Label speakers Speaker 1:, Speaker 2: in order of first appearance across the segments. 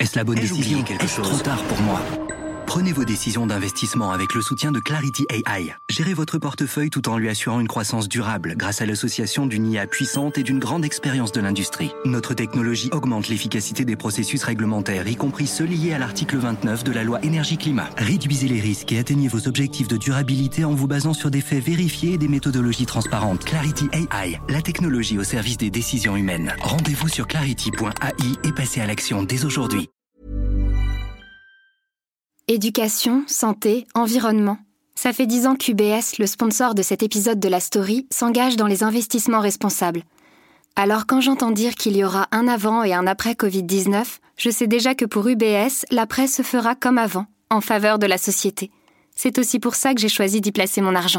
Speaker 1: Est-ce la bonne décision? Est-ce trop tard pour moi? Prenez vos décisions d'investissement avec le soutien de Clarity AI. Gérez votre portefeuille tout en lui assurant une croissance durable grâce à l'association d'une IA puissante et d'une grande expérience de l'industrie. Notre technologie augmente l'efficacité des processus réglementaires, y compris ceux liés à l'article 29 de la loi Énergie-Climat. Réduisez les risques et atteignez vos objectifs de durabilité en vous basant sur des faits vérifiés et des méthodologies transparentes. Clarity AI, la technologie au service des décisions humaines. Rendez-vous sur clarity.ai et passez à l'action dès aujourd'hui.
Speaker 2: Éducation, santé, environnement. Ça fait 10 ans qu'UBS, le sponsor de cet épisode de la story, s'engage dans les investissements responsables. Alors quand j'entends dire qu'il y aura un avant et un après Covid-19, je sais déjà que pour UBS, l'après se fera comme avant, en faveur de la société. C'est aussi pour ça que j'ai choisi d'y placer mon argent.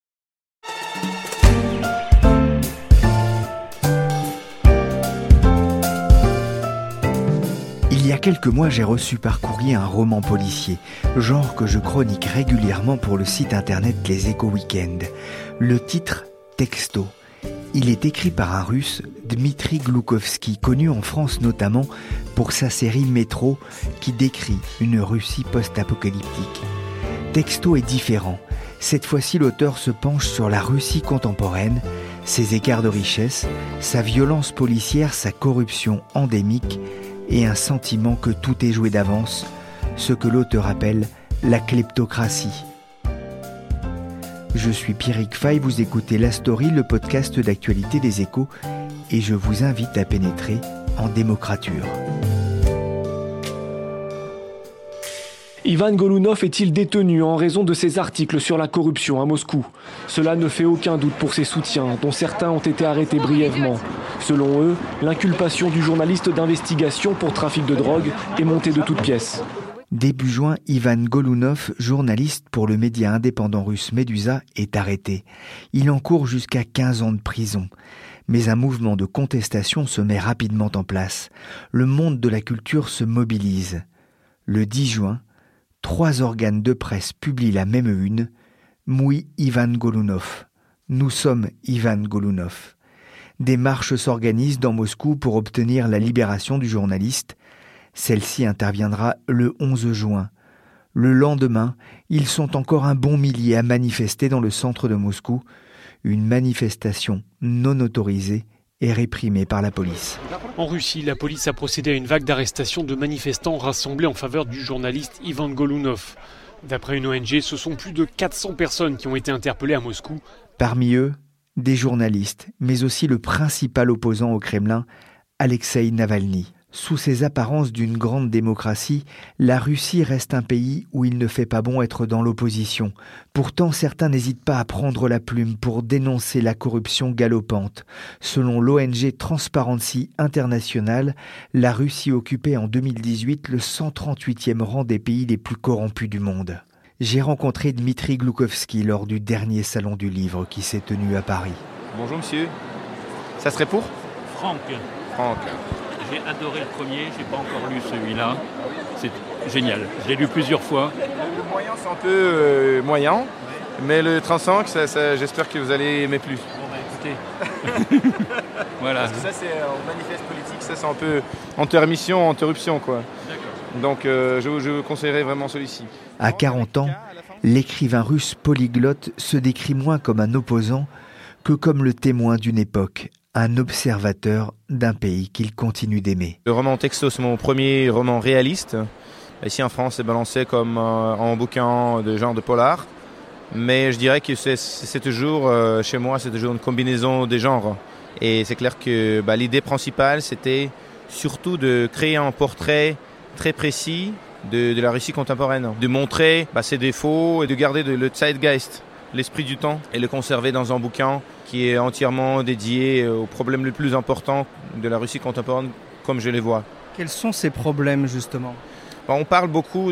Speaker 3: Il y a quelques mois, j'ai reçu par courrier un roman policier, genre que je chronique régulièrement pour le site internet Les Échos Week-end. Le titre, Texto. Il est écrit par un Russe, Dmitri Gloukovski, connu en France notamment pour sa série Métro, qui décrit une Russie post-apocalyptique. Texto est différent. Cette fois-ci, l'auteur se penche sur la Russie contemporaine, ses écarts de richesse, sa violence policière, sa corruption endémique, et un sentiment que tout est joué d'avance, ce que l'auteur appelle la kleptocratie. Je suis Pierrick Fay, vous écoutez La Story, le podcast d'actualité des Échos, et je vous invite à pénétrer en démocrature.
Speaker 4: Ivan Golunov est-il détenu en raison de ses articles sur la corruption à Moscou? Cela ne fait aucun doute pour ses soutiens, dont certains ont été arrêtés brièvement. Selon eux, l'inculpation du journaliste d'investigation pour trafic de drogue est montée de toutes pièces.
Speaker 3: Début juin, Ivan Golunov, journaliste pour le média indépendant russe Medusa, est arrêté. Il encourt jusqu'à 15 ans de prison. Mais un mouvement de contestation se met rapidement en place. Le monde de la culture se mobilise. Le 10 juin, 3 organes de presse publient la même une. Mouy Ivan Golunov. Nous sommes Ivan Golunov. Des marches s'organisent dans Moscou pour obtenir la libération du journaliste. Celle-ci interviendra le 11 juin. Le lendemain, ils sont encore un bon millier à manifester dans le centre de Moscou. Une manifestation non autorisée et réprimée par la police.
Speaker 5: En Russie, la police a procédé à une vague d'arrestations de manifestants rassemblés en faveur du journaliste Ivan Golunov. D'après une ONG, ce sont plus de 400 personnes qui ont été interpellées à Moscou.
Speaker 3: Parmi eux, des journalistes, mais aussi le principal opposant au Kremlin, Alexeï Navalny. Sous ces apparences d'une grande démocratie, la Russie reste un pays où il ne fait pas bon être dans l'opposition. Pourtant, certains n'hésitent pas à prendre la plume pour dénoncer la corruption galopante. Selon l'ONG Transparency International, la Russie occupait en 2018 le 138e rang des pays les plus corrompus du monde. J'ai rencontré Dmitri Gloukovski lors du dernier salon du livre qui s'est tenu à Paris.
Speaker 6: Bonjour monsieur, ça serait pour
Speaker 7: Franck. J'ai adoré le premier, j'ai pas encore lu celui-là. C'est génial, je l'ai lu plusieurs fois.
Speaker 6: Le moyen c'est un peu moyen, mais le 35, ça, j'espère que vous allez aimer plus.
Speaker 7: Bon bah écoutez, voilà.
Speaker 6: Parce que ça c'est en manifeste politique, ça c'est un peu interruption quoi.
Speaker 7: D'accord.
Speaker 6: Donc je vous conseillerais vraiment celui-ci.
Speaker 3: À 40 ans, l'écrivain russe polyglotte se décrit moins comme un opposant que comme le témoin d'une époque, un observateur d'un pays qu'il continue d'aimer.
Speaker 6: Le roman Texto, c'est mon premier roman réaliste. Ici en France, c'est balancé comme un bouquin de genre de polar. Mais je dirais que c'est toujours, chez moi, c'est toujours une combinaison des genres. Et c'est clair que l'idée principale, c'était surtout de créer un portrait très précis de la Russie contemporaine. De montrer ses défauts et de garder le zeitgeist, l'esprit du temps, et le conserver dans un bouquin qui est entièrement dédié aux problèmes les plus importants de la Russie contemporaine, comme je les vois.
Speaker 8: Quels sont ces problèmes, justement ?
Speaker 6: On parle beaucoup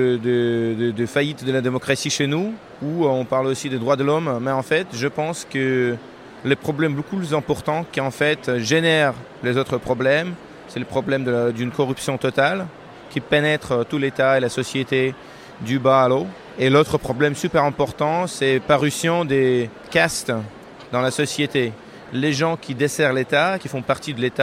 Speaker 6: de faillite de la démocratie chez nous, ou on parle aussi des droits de l'homme, mais en fait, je pense que les problèmes beaucoup plus importants qui en fait génèrent les autres problèmes, c'est le problème d'une corruption totale qui pénètre tout l'État et la société du bas à l'haut. Et l'autre problème super important, c'est parution des castes dans la société. Les gens qui desserrent l'État, qui font partie de l'État,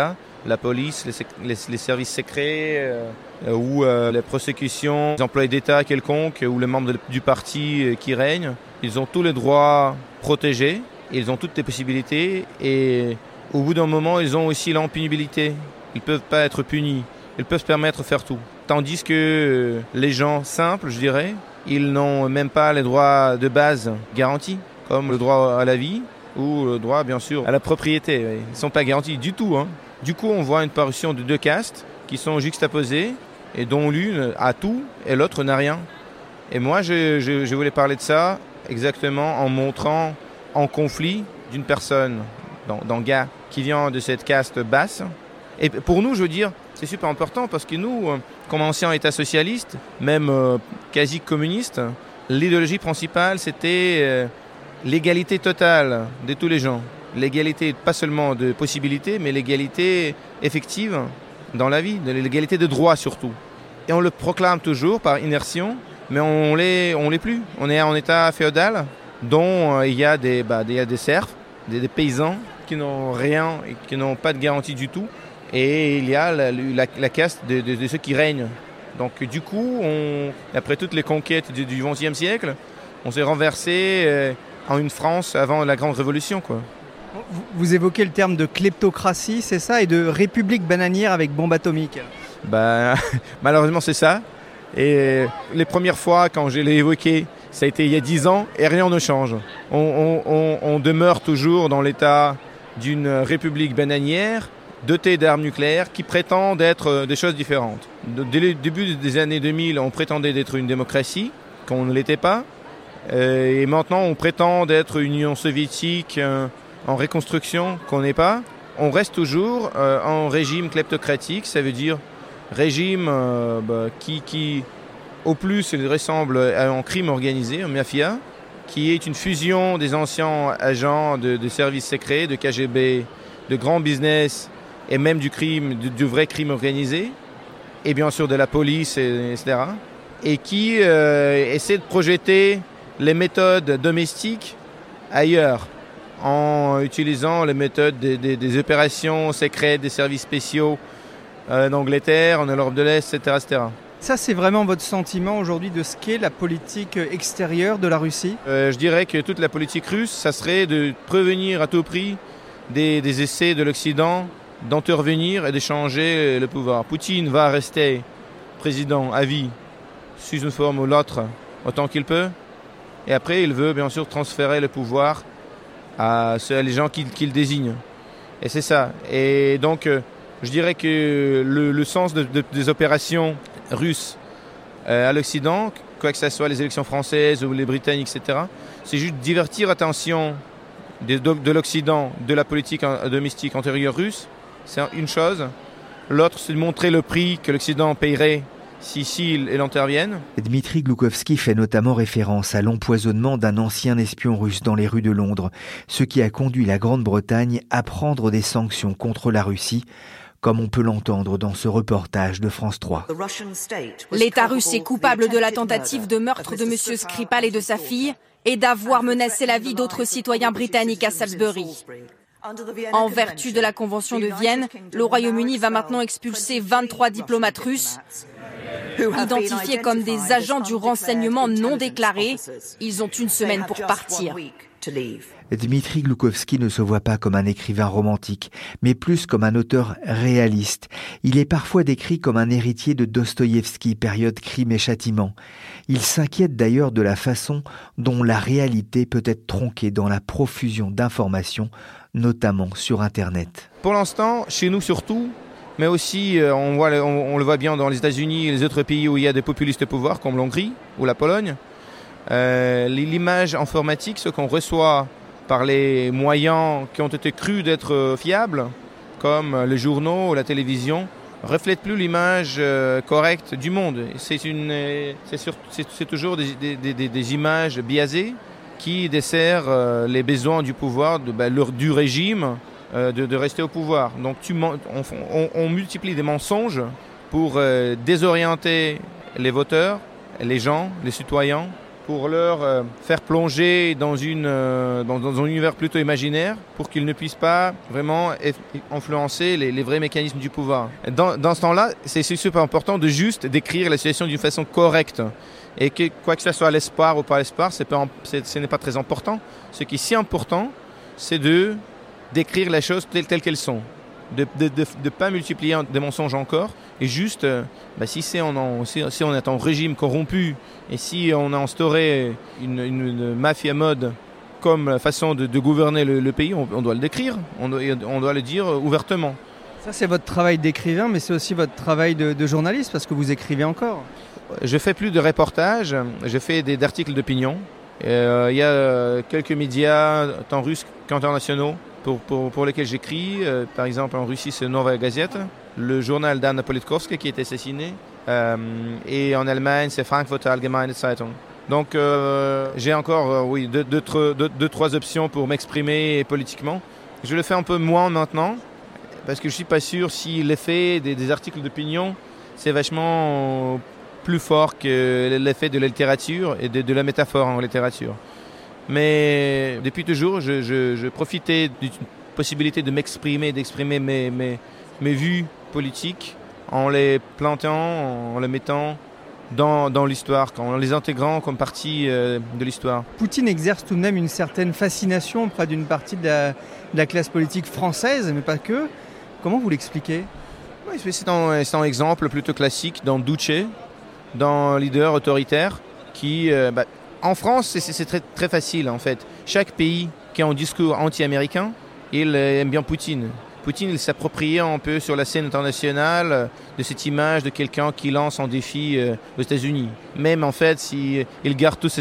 Speaker 6: la police, les services secrets ou les prosécutions, les employés d'État quelconques ou les membres du parti qui règnent. Ils ont tous les droits protégés, ils ont toutes les possibilités et au bout d'un moment, ils ont aussi l'impunibilité. Ils ne peuvent pas être punis, ils peuvent se permettre de faire tout. Tandis que les gens simples, je dirais, ils n'ont même pas les droits de base garantis, comme le droit à la vie ou le droit, bien sûr, à la propriété. Ils ne sont pas garantis du tout. Du coup, on voit une parution de 2 castes qui sont juxtaposées et dont l'une a tout et l'autre n'a rien. Et moi, je voulais parler de ça exactement en montrant en conflit d'une personne, d'un gars qui vient de cette caste basse. Et pour nous, je veux dire, c'est super important parce que nous, comme ancien État socialiste, même quasi communiste, l'idéologie principale, c'était l'égalité totale de tous les gens. L'égalité, pas seulement de possibilités, mais l'égalité effective dans la vie, l'égalité de droits surtout. Et on le proclame toujours par inertion, mais on l'est plus. On est en état féodal, dont il y a des serfs, des paysans qui n'ont rien et qui n'ont pas de garantie du tout. Et il y a la caste de ceux qui règnent. Donc du coup, après toutes les conquêtes du XXe siècle, on s'est renversé en une France avant la Grande Révolution, quoi.
Speaker 8: Vous évoquez le terme de kleptocratie, c'est ça, et de république bananière avec bombe atomique.
Speaker 6: Malheureusement, c'est ça. Et les premières fois, quand je l'ai évoqué, ça a été il y a 10 ans, et rien ne change. On demeure toujours dans l'état d'une république bananière, dotée d'armes nucléaires, qui prétendent être des choses différentes. Dès le début des années 2000, on prétendait d'être une démocratie, qu'on ne l'était pas. Et maintenant, on prétend d'être une Union soviétique en reconstruction, qu'on n'est pas. On reste toujours en régime kleptocratique, ça veut dire régime qui au plus ressemble à un crime organisé, un mafia, qui est une fusion des anciens agents de services secrets, de KGB, de grands business et même du crime, du vrai crime organisé, et bien sûr de la police, etc. Et qui essaie de projeter les méthodes domestiques ailleurs, en utilisant les méthodes des opérations secrètes, des services spéciaux en Angleterre, en Europe de l'Est, etc., etc.
Speaker 8: Ça, c'est vraiment votre sentiment aujourd'hui de ce qu'est la politique extérieure de la Russie ?
Speaker 6: Je dirais que toute la politique russe, ça serait de prévenir à tout prix des essais de l'Occident d'intervenir et de changer le pouvoir. Poutine va rester président à vie, sous une forme ou l'autre, autant qu'il peut. Et après, il veut bien sûr transférer le pouvoir à les gens qu'il désigne. Et c'est ça. Et donc, je dirais que le sens des opérations russes à l'Occident, quoi que ce soit les élections françaises ou les britanniques, etc., c'est juste divertir l'attention de l'Occident, de la politique domestique antérieure russe. C'est une chose. L'autre, c'est de montrer le prix que l'Occident paierait si ils interviennent.
Speaker 3: Dmitri Gloukovski fait notamment référence à l'empoisonnement d'un ancien espion russe dans les rues de Londres, ce qui a conduit la Grande-Bretagne à prendre des sanctions contre la Russie, comme on peut l'entendre dans ce reportage de France 3.
Speaker 9: L'État russe est coupable de la tentative de meurtre de M. Skripal et de sa fille et d'avoir menacé la vie d'autres citoyens britanniques à Salisbury. En vertu de la Convention de Vienne, le Royaume-Uni va maintenant expulser 23 diplomates russes identifiés comme des agents du renseignement non déclarés. Ils ont une semaine pour partir.
Speaker 3: Dmitri Gloukovski ne se voit pas comme un écrivain romantique, mais plus comme un auteur réaliste. Il est parfois décrit comme un héritier de Dostoïevski, période Crime et Châtiment. Il s'inquiète d'ailleurs de la façon dont la réalité peut être tronquée dans la profusion d'informations, notamment sur Internet.
Speaker 6: Pour l'instant, chez nous surtout, mais aussi on le voit bien dans les États-Unis et les autres pays où il y a des populistes au pouvoir, comme l'Hongrie ou la Pologne, l'image informatique, ce qu'on reçoit par les moyens qui ont été crus d'être fiables, comme les journaux ou la télévision, reflète plus l'image correcte du monde. C'est toujours des images biaisées qui desserrent les besoins du pouvoir, du régime, de rester au pouvoir. Donc on multiplie des mensonges pour désorienter les voteurs, les gens, les citoyens, pour leur faire plonger dans un univers plutôt imaginaire pour qu'ils ne puissent pas vraiment influencer les vrais mécanismes du pouvoir. Dans ce temps-là, c'est super important de juste décrire la situation d'une façon correcte. Et que quoi que ce soit l'espoir ou pas l'espoir, ce n'est pas très important. Ce qui est si important, c'est de décrire les choses telles qu'elles sont. De ne pas multiplier des mensonges encore. Et juste, si on est en régime corrompu et si on a instauré une mafia mode comme façon de gouverner le pays, on doit le décrire, on doit le dire ouvertement.
Speaker 8: Ça, c'est votre travail d'écrivain, mais c'est aussi votre travail de journaliste, parce que vous écrivez encore.
Speaker 6: Je fais plus de reportages, je fais des articles d'opinion. Il y a quelques médias, tant russes qu'internationaux, pour lesquels j'écris. Par exemple, en Russie, c'est Novaya Gazeta, le journal d'Anna Politkovskaya qui est assassiné. Et en Allemagne, c'est Frankfurter Allgemeine Zeitung. Donc, j'ai encore deux, trois options pour m'exprimer politiquement. Je le fais un peu moins maintenant, parce que je ne suis pas sûr si l'effet des articles d'opinion, c'est vachement plus fort que l'effet de la littérature et de la métaphore en littérature. Mais depuis toujours, je profitais d'une possibilité de d'exprimer mes vues politiques en les plantant, en les mettant dans l'histoire, en les intégrant comme partie de l'histoire.
Speaker 8: Poutine exerce tout de même une certaine fascination auprès d'une partie de la classe politique française, mais pas que. Comment vous l'expliquez ?
Speaker 6: Oui, c'est un exemple plutôt classique dans Duce, dans leader autoritaire qui... en France, c'est très, très facile en fait. Chaque pays qui a un discours anti-américain, il aime bien Poutine. Poutine, il s'appropriait un peu sur la scène internationale de cette image de quelqu'un qui lance un défi aux États-Unis. Même en fait, il garde tout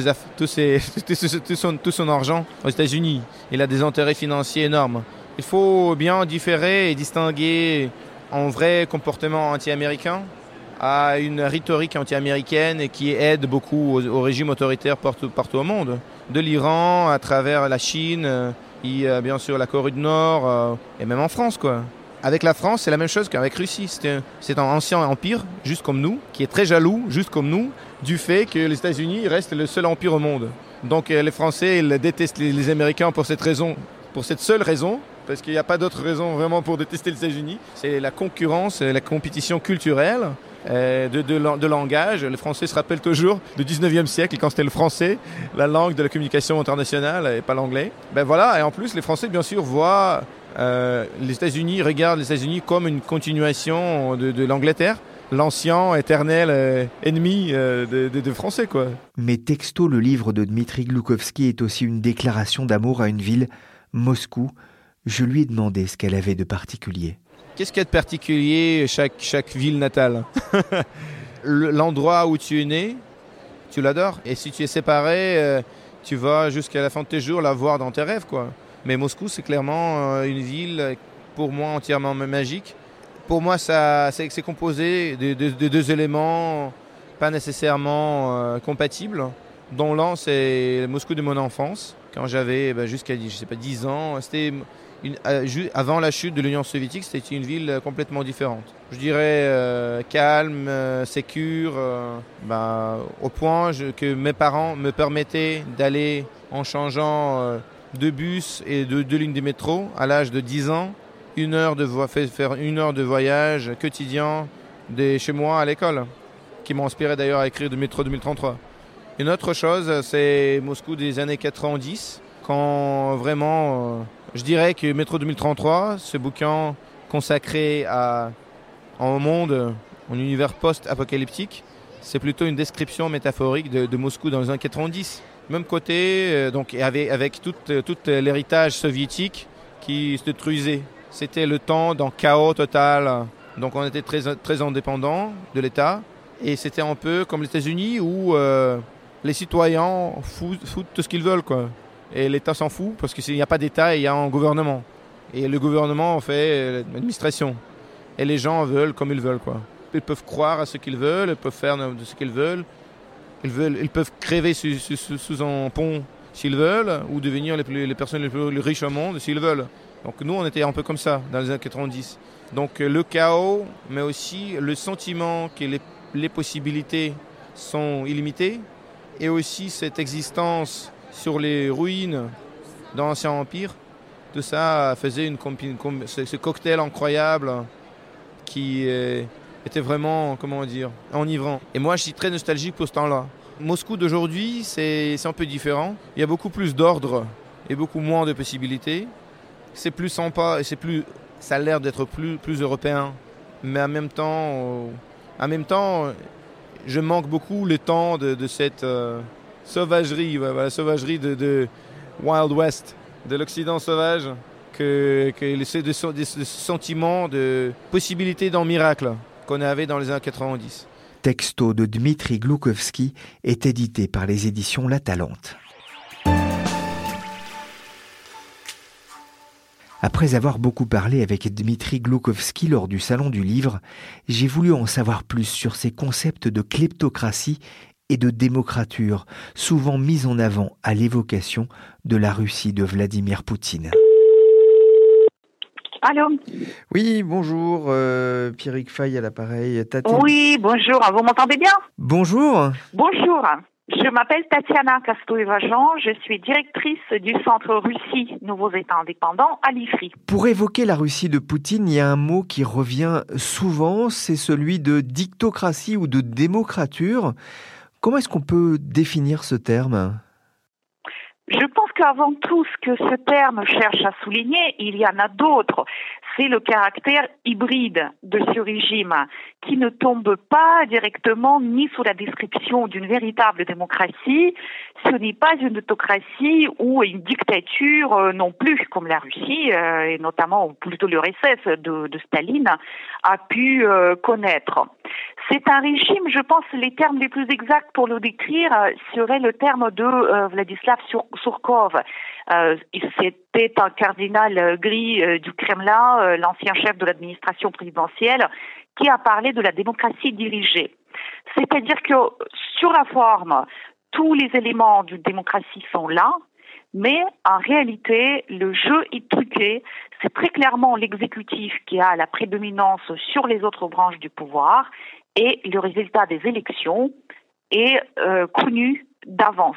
Speaker 6: son argent aux États-Unis. Il a des intérêts financiers énormes. Il faut bien différer et distinguer un vrai comportement anti-américain à une rhétorique anti-américaine et qui aide beaucoup au régime autoritaire partout au monde. De l'Iran à travers la Chine, et bien sûr la Corée du Nord et même en France, quoi. Avec la France, c'est la même chose qu'avec Russie. C'est un ancien empire, juste comme nous, qui est très jaloux, juste comme nous, du fait que les États-Unis restent le seul empire au monde. Donc les Français, ils détestent les Américains pour cette seule raison, parce qu'il n'y a pas d'autre raison vraiment pour détester les États-Unis. C'est la concurrence, la compétition culturelle, de langage. Les Français se rappellent toujours du 19e siècle, quand c'était le français, la langue de la communication internationale, et pas l'anglais. Voilà, et en plus, les Français, bien sûr, voient les États-Unis, regardent les États-Unis comme une continuation de l'Angleterre, l'ancien éternel ennemi de Français, quoi.
Speaker 3: Mais texto, le livre de Dmitri Gloukovski est aussi une déclaration d'amour à une ville, Moscou. Je lui ai demandé ce qu'elle avait de particulier.
Speaker 6: Qu'est-ce qu'il y a de particulier chaque ville natale? L'endroit où tu es né, tu l'adores. Et si tu es séparé, tu vas jusqu'à la fin de tes jours la voir dans tes rêves, quoi. Mais Moscou, c'est clairement une ville, pour moi, entièrement magique. Pour moi, c'est composé de deux éléments pas nécessairement compatibles, dont l'un, c'est Moscou de mon enfance, quand j'avais jusqu'à 10 ans. C'était avant la chute de l'Union soviétique, c'était une ville complètement différente. Je dirais calme, sécure, au point que mes parents me permettaient d'aller en changeant de bus et de lignes de métro à l'âge de 10 ans, faire 1 heure de voyage quotidien de chez moi à l'école, qui m'a inspiré d'ailleurs à écrire de Métro 2033. Une autre chose, c'est Moscou des années 90, quand vraiment, je dirais que Métro 2033, ce bouquin consacré à un monde, un univers post-apocalyptique, c'est plutôt une description métaphorique de Moscou dans les années 90. Même côté, donc avec tout l'héritage soviétique qui se détruisait. C'était le temps d'un chaos total. Donc on était très, très indépendant de l'État. Et c'était un peu comme les États-Unis où les citoyens foutent tout ce qu'ils veulent, quoi. Et l'État s'en fout parce qu'il n'y a pas d'État et il y a un gouvernement. Et le gouvernement en fait l'administration. Et les gens veulent comme ils veulent, quoi. Ils peuvent croire à ce qu'ils veulent, ils peuvent faire de ce qu'ils veulent. Ils peuvent crever sous un pont s'ils veulent ou devenir les personnes les plus riches au monde s'ils veulent. Donc nous, on était un peu comme ça dans les années 90. Donc le chaos, mais aussi le sentiment que les possibilités sont illimitées et aussi cette existence sur les ruines de l'Ancien Empire. Tout ça faisait ce cocktail incroyable qui était vraiment, enivrant. Et moi, je suis très nostalgique pour ce temps-là. Moscou d'aujourd'hui, c'est un peu différent. Il y a beaucoup plus d'ordre et beaucoup moins de possibilités. C'est plus sympa et ça a l'air d'être plus européen. Mais en même temps, je manque beaucoup le temps de cette sauvagerie, la sauvagerie de Wild West, de l'Occident sauvage, que ce sentiment de possibilité d'un miracle qu'on avait dans les années 90.
Speaker 3: Texto de Dmitri Gloukovski est édité par les éditions La Talente. Après avoir beaucoup parlé avec Dmitri Gloukovski lors du Salon du Livre, j'ai voulu en savoir plus sur ces concepts de kleptocratie et de démocrature, souvent mis en avant à l'évocation de la Russie de Vladimir Poutine.
Speaker 10: Allô ?
Speaker 3: Oui, bonjour, Pierrick Fay à l'appareil.
Speaker 10: Oui, bonjour, vous m'entendez bien ?
Speaker 3: Bonjour.
Speaker 10: Bonjour, je m'appelle Tatiana Kastoeva-Jean, je suis directrice du Centre Russie Nouveaux États indépendants à l'IFRI.
Speaker 3: Pour évoquer la Russie de Poutine, il y a un mot qui revient souvent, c'est celui de dictocratie ou de démocrature. Comment est-ce qu'on peut définir ce terme ?
Speaker 10: Je pense qu'avant tout, ce que ce terme cherche à souligner, il y en a d'autres, c'est le caractère hybride de ce régime qui ne tombe pas directement ni sous la description d'une véritable démocratie. Ce n'est pas une autocratie ou une dictature non plus, comme la Russie, et notamment plutôt l'URSS de Staline, a pu connaître. C'est un régime, je pense, les termes les plus exacts pour le décrire seraient le terme de Vladislav Surkov. C'était un cardinal gris du Kremlin, l'ancien chef de l'administration présidentielle, qui a parlé de la démocratie dirigée. C'est-à-dire que sur la forme, tous les éléments d'une démocratie sont là, mais en réalité, le jeu est truqué. C'est très clairement l'exécutif qui a la prédominance sur les autres branches du pouvoir et le résultat des élections est connu d'avance.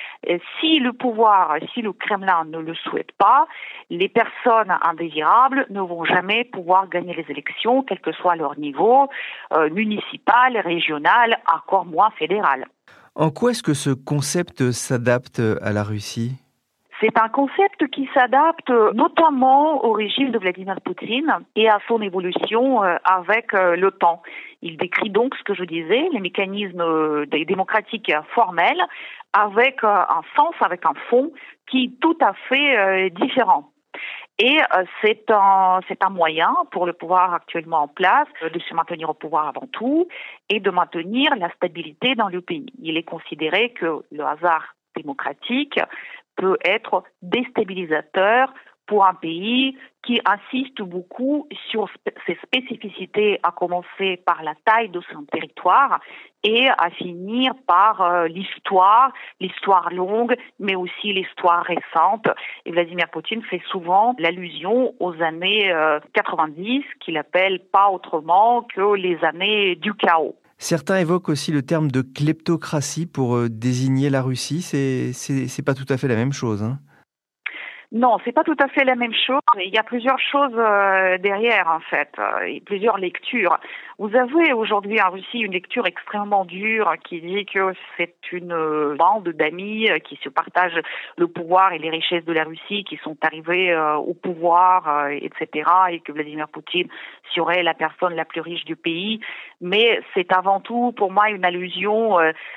Speaker 10: Si le pouvoir, si le Kremlin ne le souhaite pas, les personnes indésirables ne vont jamais pouvoir gagner les élections, quel que soit leur niveau, municipal, régional, encore moins fédéral.
Speaker 3: En quoi est-ce que ce concept s'adapte à la Russie ?
Speaker 10: C'est un concept qui s'adapte notamment au régime de Vladimir Poutine et à son évolution avec le temps. Il décrit donc ce que je disais, les mécanismes démocratiques formels avec un sens, avec un fond qui est tout à fait différent. Et c'est un moyen pour le pouvoir actuellement en place de se maintenir au pouvoir avant tout et de maintenir la stabilité dans le pays. Il est considéré que le hasard démocratique peut être déstabilisateur pour un pays qui insiste beaucoup sur ses spécificités, à commencer par la taille de son territoire et à finir par l'histoire longue, mais aussi l'histoire récente. Et Vladimir Poutine fait souvent l'allusion aux années 90, qu'il appelle pas autrement que les années du chaos.
Speaker 3: Certains évoquent aussi le terme de kleptocratie pour désigner la Russie. C'est pas tout à fait la même chose, hein ?
Speaker 10: Non, c'est pas tout à fait la même chose. Il y a plusieurs choses derrière, en fait, et plusieurs lectures. Vous avez aujourd'hui en Russie une lecture extrêmement dure qui dit que c'est une bande d'amis qui se partagent le pouvoir et les richesses de la Russie, qui sont arrivés au pouvoir, etc., et que Vladimir Poutine serait la personne la plus riche du pays. Mais c'est avant tout, pour moi, une allusion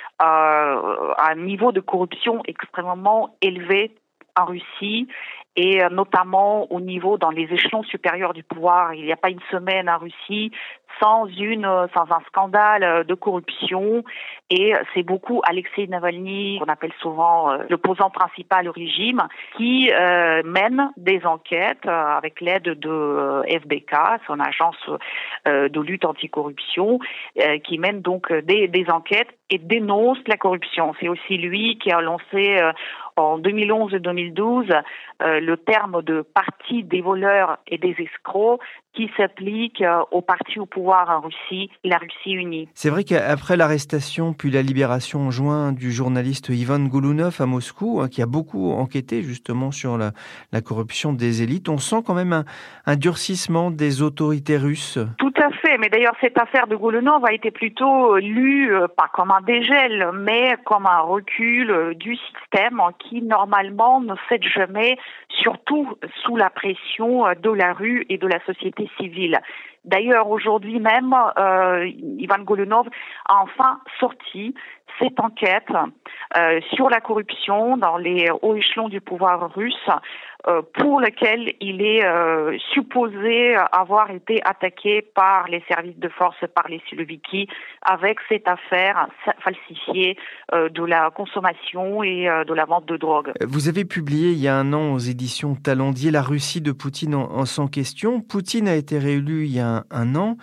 Speaker 10: à un niveau de corruption extrêmement élevé en Russie et notamment au niveau dans les échelons supérieurs du pouvoir. Il n'y a pas une semaine en Russie sans un scandale de corruption et c'est beaucoup Alexei Navalny, qu'on appelle souvent l'opposant principal au régime, qui mène des enquêtes avec l'aide de FBK, son agence de lutte anticorruption, qui mène donc des enquêtes et dénonce la corruption. C'est aussi lui qui a lancé en 2011 et 2012 le terme de parti des voleurs et des escrocs qui s'applique aux partis au pouvoir en Russie, la Russie unie.
Speaker 8: C'est vrai qu'après l'arrestation puis la libération en juin du journaliste Ivan Golunov à Moscou, qui a beaucoup enquêté justement sur la corruption des élites, on sent quand même un durcissement des autorités russes.
Speaker 10: Tout à fait, mais d'ailleurs cette affaire de Golunov a été plutôt lue pas comme un dégel, mais comme un recul du système qui normalement ne cède jamais, surtout sous la pression de la rue et de la société civile. D'ailleurs, aujourd'hui même, Ivan Golunov a enfin sorti cette enquête sur la corruption dans les hauts échelons du pouvoir russe, pour lequel il est supposé avoir été attaqué par les services de force, par les Siloviki, avec cette affaire falsifiée de la consommation et de la vente de drogue.
Speaker 8: Vous avez publié il y a un an aux éditions Talendier La Russie de Poutine en 100 questions. Poutine a été réélu il y a un an.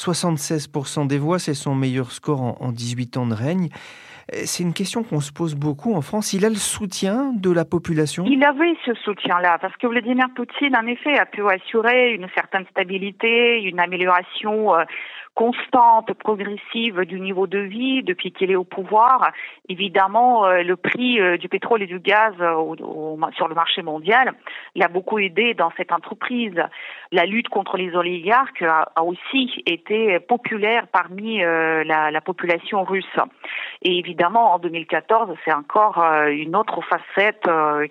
Speaker 8: 76% des voix, c'est son meilleur score en 18 ans de règne. C'est une question qu'on se pose beaucoup en France. Il a le soutien de la population ?
Speaker 10: Il avait ce soutien-là, parce que Vladimir Poutine, en effet, a pu assurer une certaine stabilité, une amélioration constante, progressive du niveau de vie depuis qu'il est au pouvoir. Évidemment, le prix du pétrole et du gaz sur le marché mondial l'a beaucoup aidé dans cette entreprise. La lutte contre les oligarques a aussi été populaire parmi la population russe. Et évidemment, en 2014, c'est encore une autre facette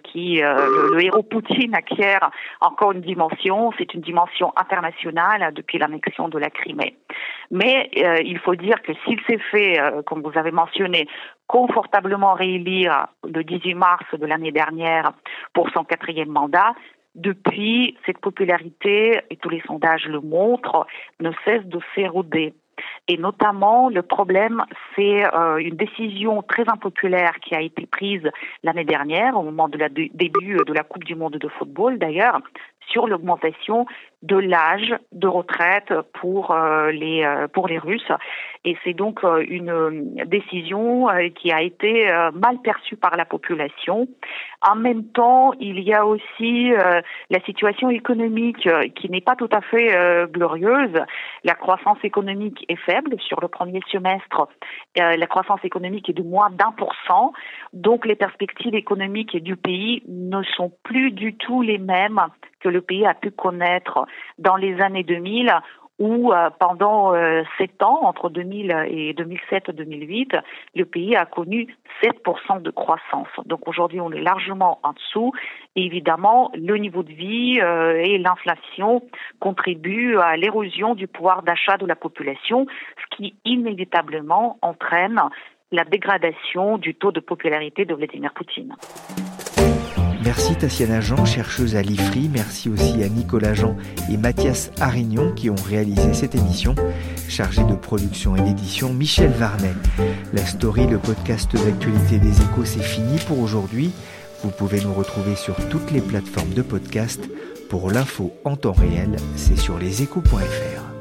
Speaker 10: le héros Poutine acquiert encore une dimension. C'est une dimension internationale depuis l'annexion de la Crimée. Mais il faut dire que s'il s'est fait, comme vous avez mentionné, confortablement réélire le 18 mars de l'année dernière pour son 4e mandat, depuis, cette popularité, et tous les sondages le montrent, ne cesse de s'éroder. Et notamment, le problème, c'est une décision très impopulaire qui a été prise l'année dernière, au moment de début de la Coupe du Monde de football d'ailleurs, sur l'augmentation de l'âge de retraite pour les Russes. Et c'est donc une décision qui a été mal perçue par la population. En même temps, il y a aussi la situation économique qui n'est pas tout à fait glorieuse. La croissance économique est faible sur le premier semestre. La croissance économique est de moins d'1%. Donc les perspectives économiques du pays ne sont plus du tout les mêmes que le pays a pu connaître dans les années 2000, où pendant 7 ans, entre 2000 et 2007-2008, le pays a connu 7% de croissance. Donc aujourd'hui, on est largement en dessous. Et évidemment, le niveau de vie et l'inflation contribuent à l'érosion du pouvoir d'achat de la population, ce qui inévitablement entraîne la dégradation du taux de popularité de Vladimir Poutine.
Speaker 3: Merci Tatiana Jean, chercheuse à l'IFRI. Merci aussi à Nicolas Jean et Mathias Arignon qui ont réalisé cette émission. Chargé de production et d'édition, Michel Varnet. La story, le podcast d'actualité des Échos, c'est fini pour aujourd'hui. Vous pouvez nous retrouver sur toutes les plateformes de podcast. Pour l'info en temps réel, c'est sur leséchos.fr.